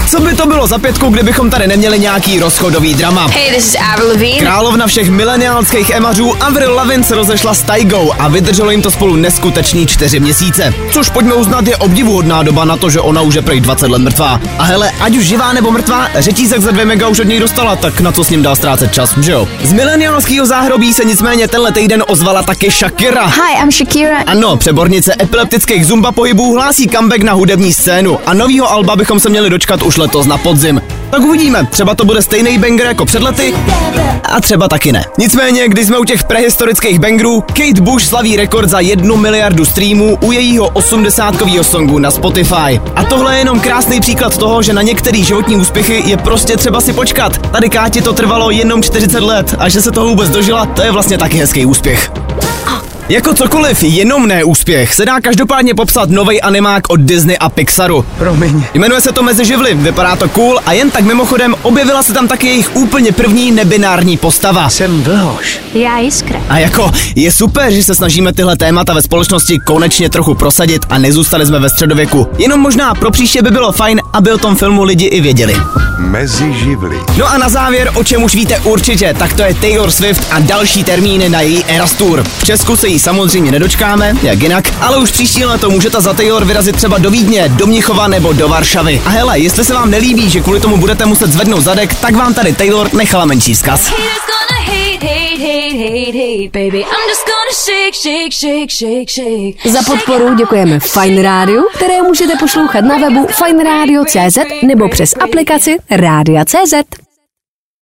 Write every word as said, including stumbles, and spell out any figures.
Co by to bylo za pětku, kdybychom tady neměli nějaký rozchodový drama? Hey, this is Avril Lavigne. Královna všech mileniálských emařů Avril Lavigne se rozešla s Taigou a vydrželo jim to spolu neskutečný čtyři měsíce. Což pojďme uznat je obdivuhodná doba na to, že ona už je prej dvacet let mrtvá. A hele, ať už živá nebo mrtvá, řetízek za dvě mega už od něj dostala, tak na co s ním dá ztrácet čas, že jo? Z mileniálského záhrobí se nicméně tenhle týden ozvala taky Shakira. Hi, I'm Shakira. Ano, přebornice epileptických zumba pohybů hlásí comeback na hudební scénu a novýho alba bychom se měli dočkat už letos na podzim. Tak uvidíme, třeba to bude stejný banger jako před lety a třeba taky ne. Nicméně, když jsme u těch prehistorických bangerů, Kate Bush slaví rekord za jednu miliardu streamů u jejího osmdesátkovýho songu na Spotify. A tohle je jenom krásný příklad toho, že na některý životní úspěchy je prostě třeba si počkat. Tady Káti to trvalo jenom čtyřicet let a že se toho vůbec dožila, to je vlastně taky hezký úspěch. Jako cokoliv, jenom ne úspěch, se dá každopádně popsat novej animák od Disney a Pixaru. Promiň. Jmenuje se to Mezi živly, vypadá to cool a jen tak mimochodem objevila se tam taky jejich úplně první nebinární postava. Jsem Vlhoš. Já Jiskra. A jako, je super, že se snažíme tyhle témata ve společnosti konečně trochu prosadit a nezůstali jsme ve středověku. Jenom možná pro příště by bylo fajn, aby o tom filmu lidi i věděli. Mezi živly. No a na závěr, o čem už víte určitě, tak to je Taylor Swift a další termíny na její Eras Tour. V Česku se jí samozřejmě nedočkáme, jak jinak, ale už příští leto můžete za Taylor vyrazit třeba do Vídně, do Mnichova nebo do Varšavy. A hele, jestli se vám nelíbí, že kvůli tomu budete muset zvednout zadek, tak vám tady Taylor nechala menší vzkaz. Za podporu děkujeme Fajn rádiu, které můžete poslouchat na webu fajn rádio tečka cé zet nebo přes aplikaci Rádia tečka cé zet.